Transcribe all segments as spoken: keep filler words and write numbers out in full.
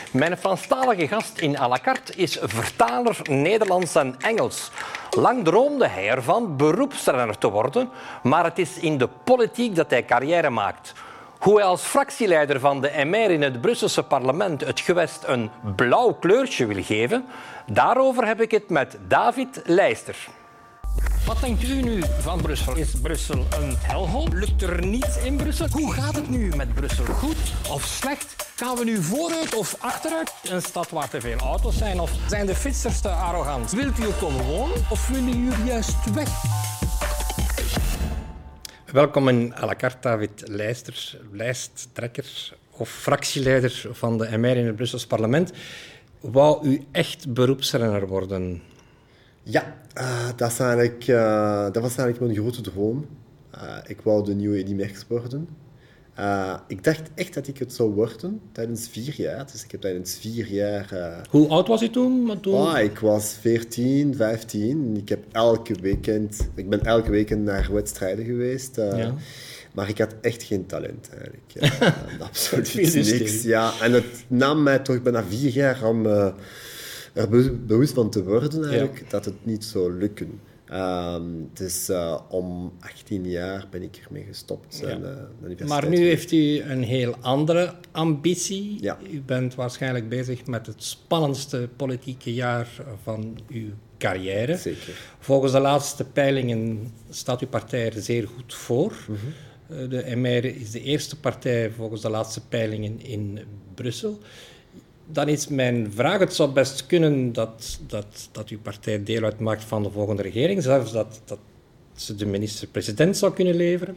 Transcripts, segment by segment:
Mijn Franstalige gast in à la carte is vertaler Nederlands en Engels. Lang droomde hij ervan beroepsrenner te worden, maar het is in de politiek dat hij carrière maakt. Hoe hij als fractieleider van de M R in het Brusselse parlement het gewest een blauw kleurtje wil geven, daarover heb ik het met David Lijster. Wat denkt u nu van Brussel? Is Brussel een hellhole? Lukt er niets in Brussel? Hoe gaat het nu met Brussel? Goed of slecht? Gaan we nu vooruit of achteruit? Een stad waar te veel auto's zijn? Of zijn de fietsers te arrogant? Wilt u er komen wonen of willen jullie juist weg? Welkom in à la carte, David Lijster, lijsttrekker of fractieleider van de M R in het Brussels parlement. Wou u echt beroepsrenner worden? Ja, uh, dat, is eigenlijk, uh, dat was eigenlijk mijn grote droom. Uh, ik wou de nieuwe Eddy Merckx worden. Uh, ik dacht echt dat ik het zou worden tijdens vier jaar. Dus ik heb tijdens vier jaar... Uh... Hoe oud was u toen? toen? Oh, ik was veertien, vijftien. Ik, heb elke weekend, ik ben elke weekend naar wedstrijden geweest. Uh, ja. Maar ik had echt geen talent eigenlijk. Uh, absoluut niks. Ja, en het nam mij toch bijna vier jaar om... Uh, er bewust van te worden eigenlijk, ja. dat het niet zou lukken. Um, dus uh, om achttien jaar ben ik ermee gestopt. Ja. En, uh, maar nu heeft u een heel andere ambitie. Ja. U bent waarschijnlijk bezig met het spannendste politieke jaar van uw carrière. Zeker. Volgens de laatste peilingen staat uw partij er zeer goed voor. Mm-hmm. Uh, de M R is de eerste partij volgens de laatste peilingen in Brussel. Dan is mijn vraag, het zou best kunnen dat, dat, dat uw partij deel uitmaakt van de volgende regering, zelfs dat, dat ze de minister-president zou kunnen leveren.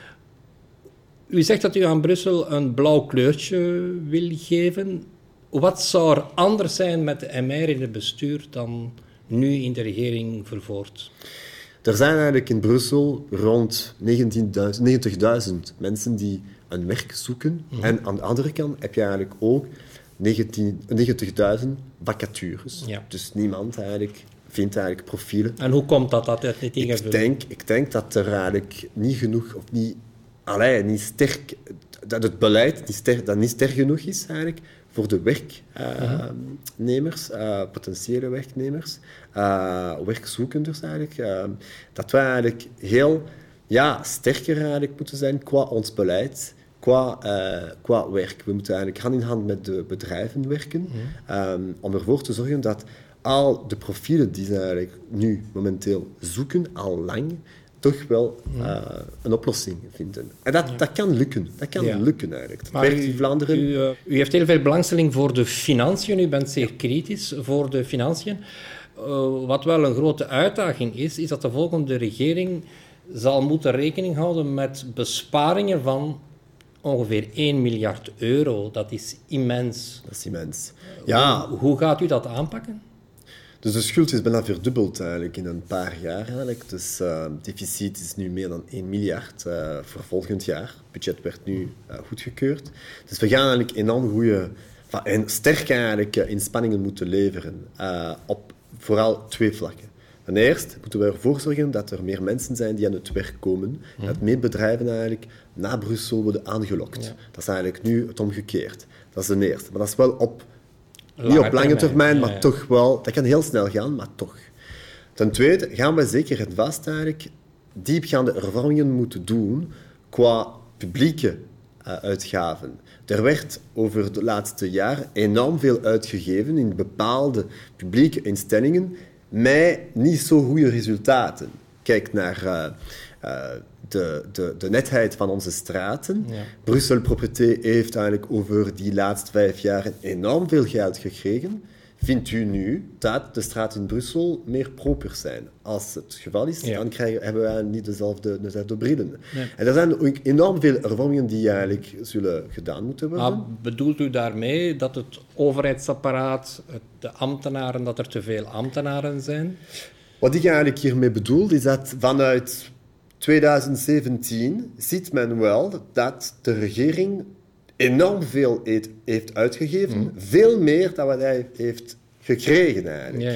U zegt dat u aan Brussel een blauw kleurtje wil geven. Wat zou er anders zijn met de M R in het bestuur dan nu in de regering vervoerd? Er zijn eigenlijk in Brussel rond negentigduizend mensen die een werk zoeken. Mm-hmm. En aan de andere kant heb je eigenlijk ook negentigduizend vacatures. Ja. Dus niemand eigenlijk vindt eigenlijk profielen. En hoe komt dat dat het niet ingevuld? Ik denk, ik denk dat er eigenlijk niet genoeg, of niet, allee, niet sterk, dat het beleid niet sterk, dat niet sterk genoeg is eigenlijk voor de werknemers, uh, uh, potentiële werknemers, uh, werkzoekenders eigenlijk. Uh, dat wij eigenlijk heel ja, sterker eigenlijk moeten zijn qua ons beleid. Qua, uh, qua werk. We moeten eigenlijk hand in hand met de bedrijven werken mm. um, om ervoor te zorgen dat al de profielen die ze eigenlijk nu momenteel zoeken, al lang, toch wel uh, een oplossing vinden. En dat, ja. dat kan lukken. Dat kan ja. lukken eigenlijk. Dat maar werkt u, in Vlaanderen. U, uh, u heeft heel veel belangstelling voor de financiën. U bent zeer kritisch voor de financiën. Uh, wat wel een grote uitdaging is, is dat de volgende regering zal moeten rekening houden met besparingen van ongeveer één miljard euro. Dat is immens. Dat is immens. Ja. Hoe, hoe gaat u dat aanpakken? Dus de schuld is bijna verdubbeld eigenlijk in een paar jaar. Eigenlijk. Dus uh, het deficit is nu meer dan één miljard uh, voor volgend jaar. Het budget werd nu uh, goedgekeurd. Dus we gaan eigenlijk enorm goede en sterke eigenlijk, uh, inspanningen moeten leveren uh, op vooral twee vlakken. Ten eerste moeten we ervoor zorgen dat er meer mensen zijn die aan het werk komen. Hmm. Dat meer bedrijven eigenlijk naar Brussel worden aangelokt. Ja. Dat is eigenlijk nu het omgekeerd. Dat is de eerste. Maar dat is wel op, lange niet op lange termijn, termijn maar ja, ja. toch wel... Dat kan heel snel gaan, maar toch. Ten tweede gaan we zeker en vast eigenlijk diepgaande hervormingen moeten doen qua publieke uh, uitgaven. Er werd over de laatste jaren enorm veel uitgegeven in bepaalde publieke instellingen met niet zo goede resultaten. Kijk naar uh, uh, de, de, de netheid van onze straten. Ja. Brussel Propreté heeft eigenlijk over die laatste vijf jaar enorm veel geld gekregen. Vindt u nu dat de straten in Brussel meer proper zijn? Als het geval is, ja. dan krijgen, hebben wij niet dezelfde, dezelfde brillen. Nee. En er zijn ook enorm veel hervormingen die eigenlijk zullen gedaan moeten worden. Maar bedoelt u daarmee dat het overheidsapparaat, de ambtenaren, dat er te veel ambtenaren zijn? Wat ik eigenlijk hiermee bedoel, is dat vanuit twintig zeventien ziet men wel dat de regering enorm veel heeft uitgegeven. Mm. Veel meer dan wat hij heeft gekregen eigenlijk. Ja, ja.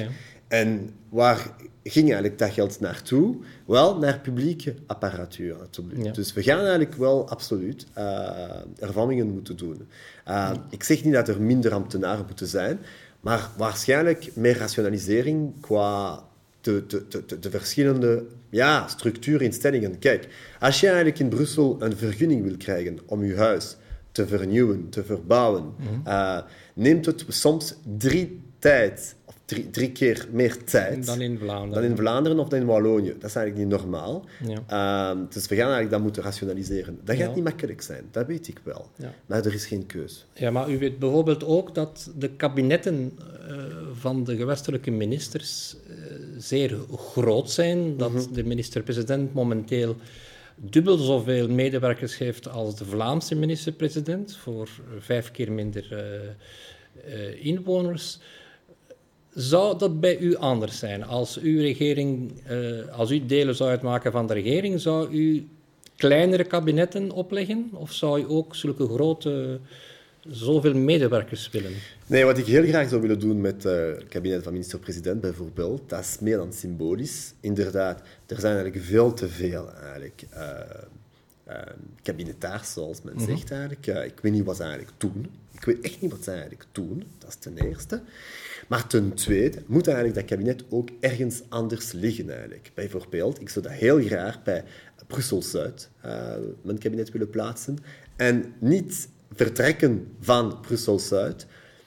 En waar ging eigenlijk dat geld naartoe? Wel, naar publieke apparatuur, natuurlijk. Ja. Dus we gaan eigenlijk wel absoluut uh, hervormingen moeten doen. Uh, ja. Ik zeg niet dat er minder ambtenaren moeten zijn, maar waarschijnlijk meer rationalisering qua de, de, de, de verschillende ja, structuurinstellingen. Kijk, als je eigenlijk in Brussel een vergunning wil krijgen om je huis te vernieuwen, te verbouwen, mm-hmm. uh, neemt het soms drie tijd, of drie, drie keer meer tijd dan in Vlaanderen, dan in Vlaanderen of dan in Wallonië. Dat is eigenlijk niet normaal. Ja. Uh, dus we gaan eigenlijk dat moeten rationaliseren. Dat gaat ja. niet makkelijk zijn, dat weet ik wel. Ja. Maar er is geen keus. Ja, maar u weet bijvoorbeeld ook dat de kabinetten uh, van de gewestelijke ministers uh, zeer groot zijn. Dat mm-hmm. de minister-president momenteel dubbel zoveel medewerkers heeft als de Vlaamse minister-president, voor vijf keer minder uh, uh, inwoners. Zou dat bij u anders zijn? Als uw regering, uh, als u delen zou uitmaken van de regering, zou u kleinere kabinetten opleggen? Of zou u ook zulke grote, zoveel medewerkers willen? Nee, wat ik heel graag zou willen doen met uh, het kabinet van minister-president bijvoorbeeld, dat is meer dan symbolisch. Inderdaad, er zijn eigenlijk veel te veel eigenlijk, uh, uh, kabinetaars, zoals men mm-hmm. zegt eigenlijk. Uh, ik weet niet wat ze eigenlijk doen. Ik weet echt niet wat ze eigenlijk doen. Dat is ten eerste. Maar ten tweede moet eigenlijk dat kabinet ook ergens anders liggen eigenlijk. Bijvoorbeeld, ik zou dat heel graag bij Brussel-Zuid uh, mijn kabinet willen plaatsen. En niet vertrekken van Brussel-Zuid,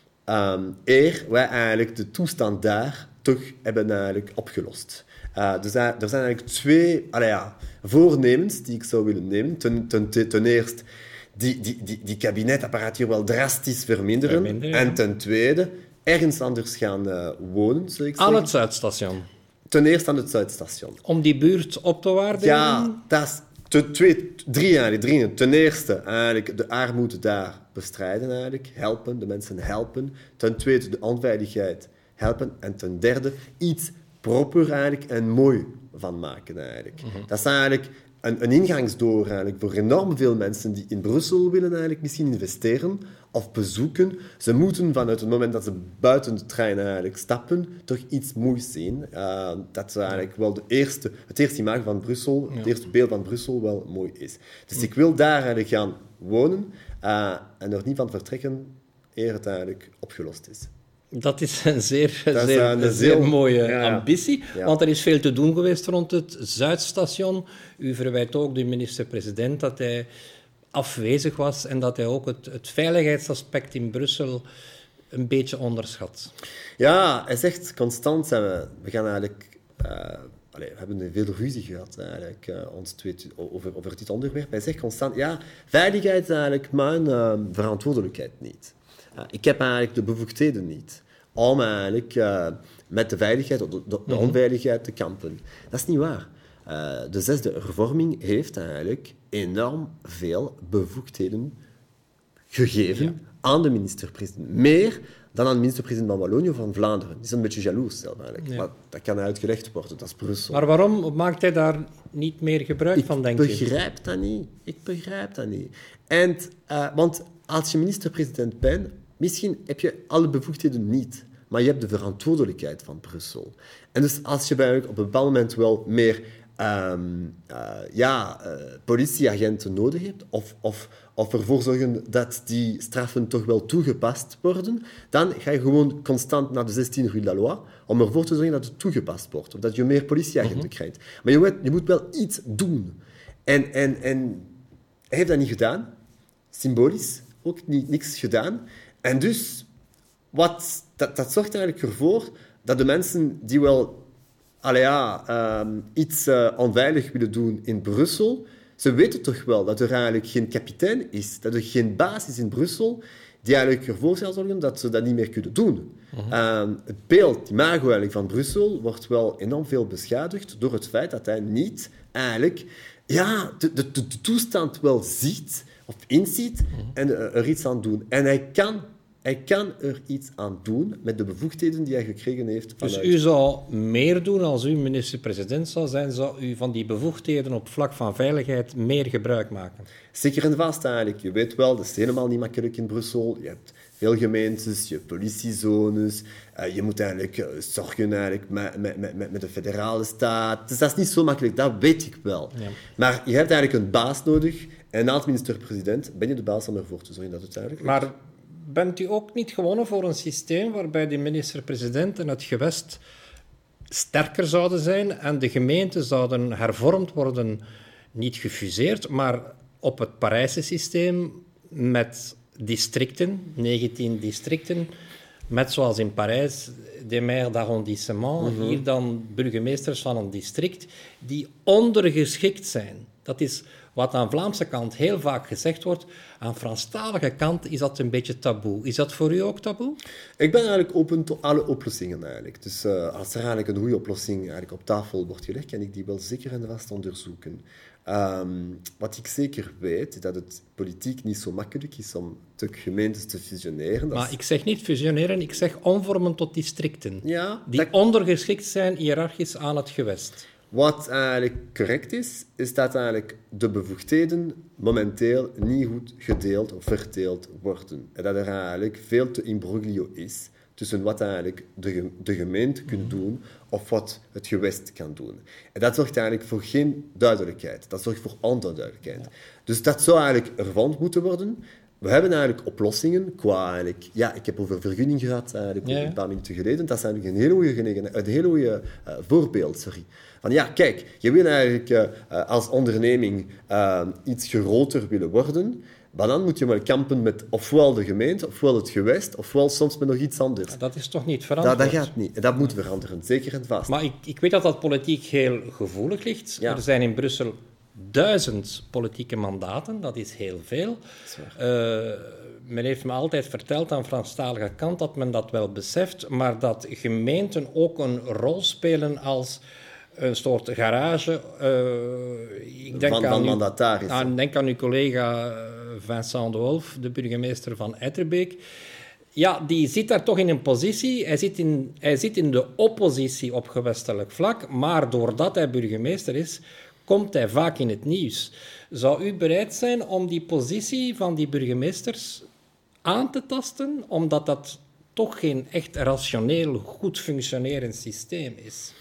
um, eer wij eigenlijk de toestand daar toch hebben eigenlijk opgelost. Uh, dus er zijn eigenlijk twee allee, ja, voornemens die ik zou willen nemen. Ten, ten, ten eerste, die, die, die, die kabinetapparatuur wel drastisch verminderen. Verminderen en ja. ten tweede, ergens anders gaan uh, wonen, zou ik Aan zeggen. het Zuidstation? Ten eerste aan het Zuidstation. Om die buurt op te waarderen? Ja, dat is te, twee, drie eigenlijk. Drie. Ten eerste, eigenlijk de armoede daar bestrijden eigenlijk. Helpen, de mensen helpen. Ten tweede, de onveiligheid helpen. En ten derde, iets proper eigenlijk en mooi van maken eigenlijk. Mm-hmm. Dat is eigenlijk een, een ingangsdoor eigenlijk voor enorm veel mensen die in Brussel willen eigenlijk misschien investeren of bezoeken. Ze moeten vanuit het moment dat ze buiten de trein eigenlijk stappen, toch iets moois zien. Uh, dat is eigenlijk wel de eerste, het eerste imago van Brussel, ja. het eerste beeld van Brussel wel mooi is. Dus mm. ik wil daar eigenlijk gaan wonen uh, en er niet van vertrekken eer het eigenlijk opgelost is. Dat is een zeer, dat zeer, een een zeer heel, mooie ja, ambitie, ja. want er is veel te doen geweest rond het Zuidstation. U verwijt ook de minister-president dat hij afwezig was en dat hij ook het, het veiligheidsaspect in Brussel een beetje onderschat. Ja, hij zegt constant, we, we gaan eigenlijk... Uh, allez, we hebben veel ruzie gehad eigenlijk, uh, ons twee, over, over dit onderwerp. Hij zegt constant, ja, veiligheid is eigenlijk mijn uh, verantwoordelijkheid niet. Uh, ik heb eigenlijk de bevoegdheden niet om eigenlijk uh, met de veiligheid, de, de, de onveiligheid te kampen. Dat is niet waar. Uh, de zesde hervorming heeft eigenlijk enorm veel bevoegdheden gegeven ja. aan de minister-president. Meer dan aan de minister-president van Wallonië of van Vlaanderen. Die is een beetje jaloers zelf eigenlijk. Ja. Maar dat kan uitgelegd worden, dat is Brussel. Maar waarom maakt hij daar niet meer gebruik ik van, denk je? Ik begrijp dat niet. Ik begrijp dat niet. En, uh, want als je minister-president bent, misschien heb je alle bevoegdheden niet, maar je hebt de verantwoordelijkheid van Brussel. En dus als je bij op een bepaald moment wel meer um, uh, ja, uh, politieagenten nodig hebt, of, of, of ervoor zorgen dat die straffen toch wel toegepast worden, dan ga je gewoon constant naar de zestien Rue de la Loi om ervoor te zorgen dat het toegepast wordt, of dat je meer politieagenten mm-hmm. krijgt. Maar je moet, je moet wel iets doen. En, en, en hij heeft dat niet gedaan, symbolisch ook niet, niks gedaan. En dus, wat, dat, dat zorgt eigenlijk ervoor dat de mensen die wel allee, ja, um, iets uh, onveilig willen doen in Brussel, ze weten toch wel dat er eigenlijk geen kapitein is, dat er geen baas is in Brussel die eigenlijk ervoor zal zorgen dat ze dat niet meer kunnen doen. Uh-huh. Um, het beeld, het imago eigenlijk van Brussel, wordt wel enorm veel beschadigd door het feit dat hij niet eigenlijk ja, de, de, de toestand wel ziet of inziet en er iets aan doen. En hij kan, hij kan er iets aan doen met de bevoegdheden die hij gekregen heeft. Vanuit... Dus u zou meer doen als u minister-president zou zijn, zou u van die bevoegdheden op vlak van veiligheid meer gebruik maken? Zeker en vast eigenlijk. Je weet wel, dat is helemaal niet makkelijk in Brussel. Je hebt heel gemeentes, je politiezones. Uh, je moet eigenlijk uh, zorgen eigenlijk met, met, met, met de federale staat. Dus dat is niet zo makkelijk, dat weet ik wel. Ja. Maar je hebt eigenlijk een baas nodig. En als minister-president ben je de baas om ervoor te zorgen dat het duidelijk is. Maar bent u ook niet gewonnen voor een systeem waarbij de minister-president en het gewest sterker zouden zijn en de gemeenten zouden hervormd worden, niet gefuseerd, maar op het Parijse systeem met districten, negentien districten, met zoals in Parijs de maire d'arrondissement, mm-hmm. hier dan burgemeesters van een district, die ondergeschikt zijn. Dat is wat aan de Vlaamse kant heel vaak gezegd wordt. Aan de Franstalige kant is dat een beetje taboe. Is dat voor u ook taboe? Ik ben eigenlijk open tot alle oplossingen. Eigenlijk. Dus uh, als er eigenlijk een goede oplossing eigenlijk op tafel wordt gelegd, kan ik die wel zeker en vast onderzoeken. Um, wat ik zeker weet, is dat het politiek niet zo makkelijk is om de gemeentes te fusioneren. Dat maar is... ik zeg niet fusioneren, ik zeg omvormen tot districten. Ja, die dat... ondergeschikt zijn hiërarchisch aan het gewest. Wat eigenlijk correct is, is dat eigenlijk de bevoegdheden momenteel niet goed gedeeld of verdeeld worden. En dat er eigenlijk veel te imbroglio is tussen wat eigenlijk de, de gemeente kan doen of wat het gewest kan doen. En dat zorgt eigenlijk voor geen duidelijkheid. Dat zorgt voor onduidelijkheid. Ja. Dus dat zou eigenlijk ervan moeten worden. We hebben eigenlijk oplossingen qua eigenlijk... Ja, ik heb over vergunning gehad eigenlijk ja, ja. een paar minuten geleden. Dat is eigenlijk een hele goede, een hele goede uh, voorbeeld, sorry. Van ja, kijk, je wil eigenlijk uh, als onderneming uh, iets groter willen worden, maar dan moet je maar kampen met ofwel de gemeente, ofwel het gewest, ofwel soms met nog iets anders. Dat is toch niet veranderd? Dat, dat gaat niet. Dat moet veranderen, zeker en vast. Maar ik, ik weet dat dat politiek heel gevoelig ligt. Ja. Er zijn in Brussel duizend politieke mandaten, dat is heel veel. Uh, men heeft me altijd verteld aan de Franstalige kant dat men dat wel beseft, maar dat gemeenten ook een rol spelen als een soort garage. Uh, ik denk van, aan van uw, mandatarissen. Aan, denk aan uw collega Vincent de Wolf, de burgemeester van Etterbeek. Ja, die zit daar toch in een positie. Hij zit in, hij zit in de oppositie op gewestelijk vlak, maar doordat hij burgemeester is, komt hij vaak in het nieuws. Zou u bereid zijn om die positie van die burgemeesters aan te tasten, omdat dat toch geen echt rationeel, goed functionerend systeem is?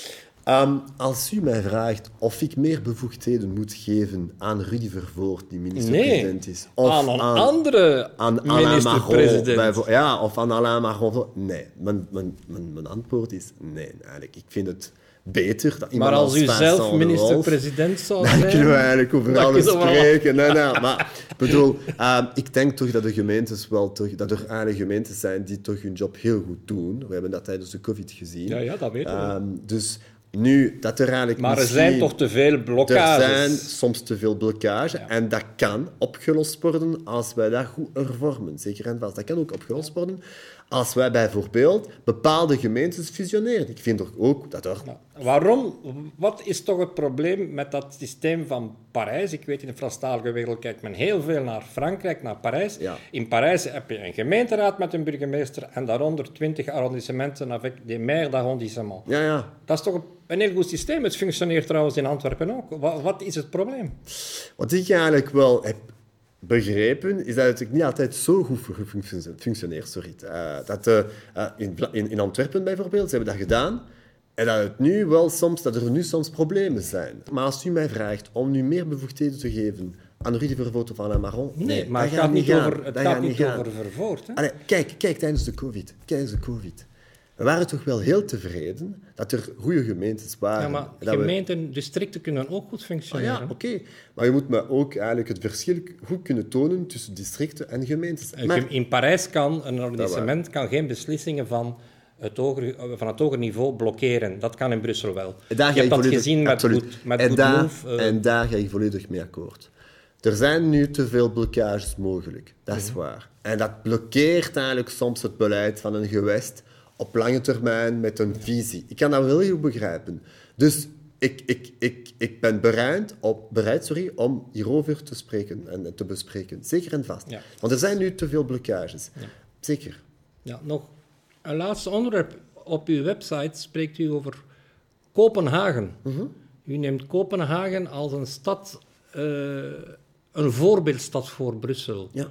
Um, als u mij vraagt of ik meer bevoegdheden moet geven aan Rudy Vervoort, die minister-president nee, is, of aan een aan, andere aan minister-president. Ja, of aan Alain Maron. Nee, mijn, mijn, mijn, mijn antwoord is nee. Eigenlijk. Ik vind het beter dat iemand maar als u zelf minister-president zou zijn... Dan kunnen we eigenlijk over alles spreken. Nee, nee, maar ik bedoel, uh, ik denk toch dat de gemeentes wel toch... Dat er eigenlijk gemeentes zijn die toch hun job heel goed doen. We hebben dat tijdens de COVID gezien. Ja, ja, dat weten we. Um, dus... Nu, dat er eigenlijk maar er zijn toch te veel blokkages? Er zijn soms te veel blokkages. Ja. En dat kan opgelost worden als wij dat goed hervormen. Zeker en vast. Dat kan ook opgelost worden als wij bijvoorbeeld bepaalde gemeentes fusioneren. Ik vind toch ook dat er... Ja. Waarom? Wat is toch het probleem met dat systeem van Parijs? Ik weet, in de Franstalige wereld kijkt men heel veel naar Frankrijk, naar Parijs. Ja. In Parijs heb je een gemeenteraad met een burgemeester en daaronder twintig arrondissementen avec des maires d'arrondissement. Ja, ja. Dat is toch een heel goed systeem. Het functioneert trouwens in Antwerpen ook. Wat, wat is het probleem? Wat ik eigenlijk wel heb begrepen, is dat het niet altijd zo goed functioneert. Sorry. Uh, dat, uh, in, in, in Antwerpen bijvoorbeeld, ze hebben dat gedaan. En dat, het nu wel soms, dat er nu soms problemen zijn. Maar als u mij vraagt om nu meer bevoegdheden te geven aan Rudy Vervoort of aan Alain Maron... Nee, nee maar het gaat niet over, het gaat niet over Vervoort. Hè? Allee, kijk, kijk, tijdens de COVID. Tijdens de COVID. We waren toch wel heel tevreden dat er goede gemeentes waren. Ja, maar gemeenten, we... districten kunnen ook goed functioneren. Oh ja, oké. Okay. Maar je moet me ook eigenlijk het verschil goed kunnen tonen tussen districten en gemeentes. Maar... In Parijs kan een arrondissement kan geen beslissingen van het, hoger, van het hoger niveau blokkeren. Dat kan in Brussel wel. Je hebt dat volledig, gezien met Good, met en Good daar, Move. Uh... En daar ga ik volledig mee akkoord. Er zijn nu te veel blokkages mogelijk. Dat is mm-hmm. waar. En dat blokkeert eigenlijk soms het beleid van een gewest op lange termijn met een visie. Ik kan dat wel heel goed begrijpen. Dus ik, ik, ik, ik ben bereid, op, bereid sorry, om hierover te spreken en te bespreken. Zeker en vast. Ja. Want er zijn nu te veel blokkages. Ja. Zeker. Ja, nog een laatste onderwerp. Op uw website spreekt u over Kopenhagen. Mm-hmm. U neemt Kopenhagen als een stad, uh, een voorbeeldstad voor Brussel. Ja.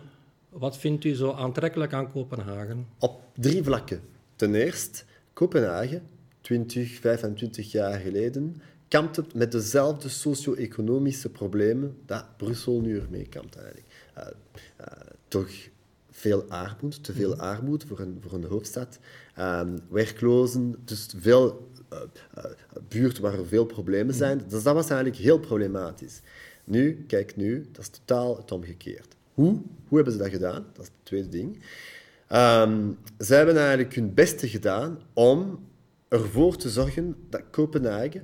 Wat vindt u zo aantrekkelijk aan Kopenhagen? Op drie vlakken. Ten eerste, Kopenhagen, twintig, vijfentwintig jaar geleden, kampt het met dezelfde socio-economische problemen dat Brussel nu ermee kampt eigenlijk. Uh, uh, toch veel armoede, te veel armoede voor een, voor een hoofdstad. Um, werklozen, dus veel uh, uh, buurten waar er veel problemen zijn. Dus dat was eigenlijk heel problematisch. Nu, kijk nu, dat is totaal het omgekeerd. Hoe? Hoe hebben ze dat gedaan? Dat is het tweede ding. Um, ze hebben eigenlijk hun beste gedaan om ervoor te zorgen dat Kopenhagen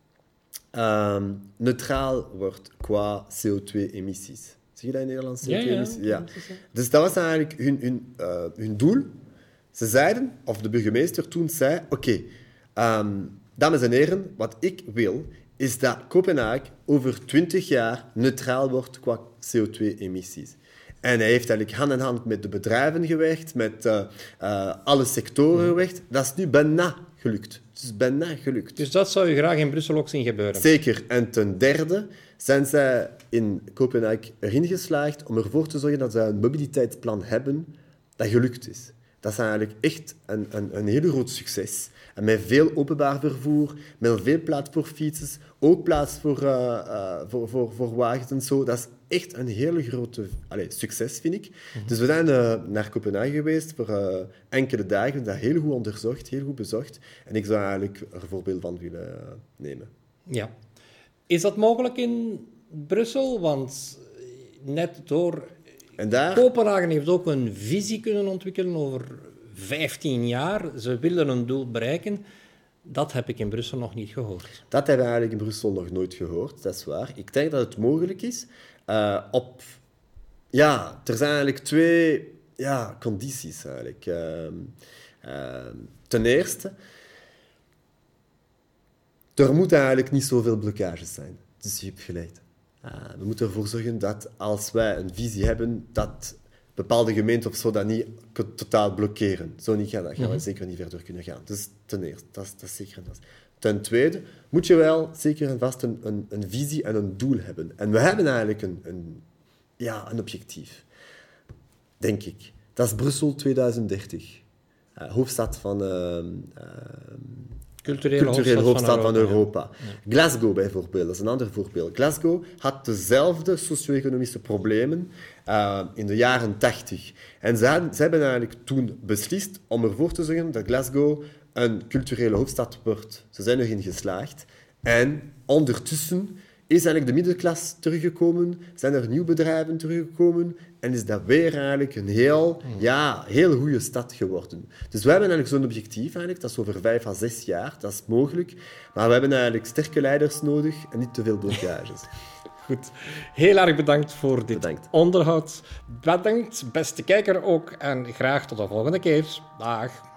um, neutraal wordt qua C O twee emissies. Zie je dat in Nederland? C O twee emissies? Ja, ja. ja. Dus dat was eigenlijk hun, hun, uh, hun doel. Ze zeiden, of de burgemeester toen zei, oké, okay, um, dames en heren, wat ik wil, is dat Kopenhagen over twintig jaar neutraal wordt qua C O twee emissies. En hij heeft eigenlijk hand in hand met de bedrijven gewerkt, met uh, uh, alle sectoren gewerkt. Dat is nu bijna gelukt. Het is bijna gelukt. Dus dat zou je graag in Brussel ook zien gebeuren? Zeker. En ten derde zijn zij in Kopenhagen erin geslaagd om ervoor te zorgen dat zij een mobiliteitsplan hebben dat gelukt is. Dat is eigenlijk echt een, een, een heel groot succes. En met veel openbaar vervoer, met veel plaats voor fietsers, ook plaats voor, uh, uh, voor, voor, voor wagens en zo. Dat is echt een heel groot succes, vind ik. Mm-hmm. Dus we zijn uh, naar Kopenhagen geweest voor uh, enkele dagen. Dat heel goed onderzocht, heel goed bezocht. En ik zou eigenlijk er een voorbeeld van willen uh, nemen. Ja. Is dat mogelijk in Brussel? Want net door... En daar... Kopenhagen heeft ook een visie kunnen ontwikkelen over vijftien jaar. Ze willen een doel bereiken. Dat heb ik in Brussel nog niet gehoord. Dat hebben we eigenlijk in Brussel nog nooit gehoord, dat is waar. Ik denk dat het mogelijk is. Uh, op... Ja, er zijn eigenlijk twee ja, condities. Eigenlijk. Uh, uh, ten eerste, er moeten eigenlijk niet zoveel blokkages zijn. Dus je hebt geleid. Uh, we moeten ervoor zorgen dat als wij een visie hebben, dat bepaalde gemeenten of zo dat niet totaal blokkeren. Zo niet gaan, dan gaan we mm-hmm. zeker niet verder kunnen gaan. Dus ten eerste, dat is, dat is zeker en vast. Ten tweede moet je wel zeker en vast een, een, een visie en een doel hebben. En we hebben eigenlijk een, een, ja, een objectief, denk ik. Dat is Brussel tweeduizend dertig. Uh, hoofdstad van... Uh, uh, Culturele, culturele hoofdstad, hoofdstad van Europa. Van Europa. Ja. Glasgow bijvoorbeeld, dat is een ander voorbeeld. Glasgow had dezelfde socio-economische problemen uh, in de jaren tachtig. En ze, hadden, ze hebben eigenlijk toen beslist om ervoor te zorgen dat Glasgow een culturele hoofdstad wordt. Ze zijn erin geslaagd. En ondertussen is eigenlijk de middenklasse teruggekomen, zijn er nieuwe bedrijven teruggekomen en is dat weer eigenlijk een heel, ja, heel goede stad geworden. Dus we hebben eigenlijk zo'n objectief, eigenlijk, dat is over vijf à zes jaar, dat is mogelijk, maar we hebben eigenlijk sterke leiders nodig en niet te veel blokkages. Goed. Heel erg bedankt voor dit bedankt. onderhoud. Bedankt, beste kijker ook, en graag tot de volgende keer. Dag.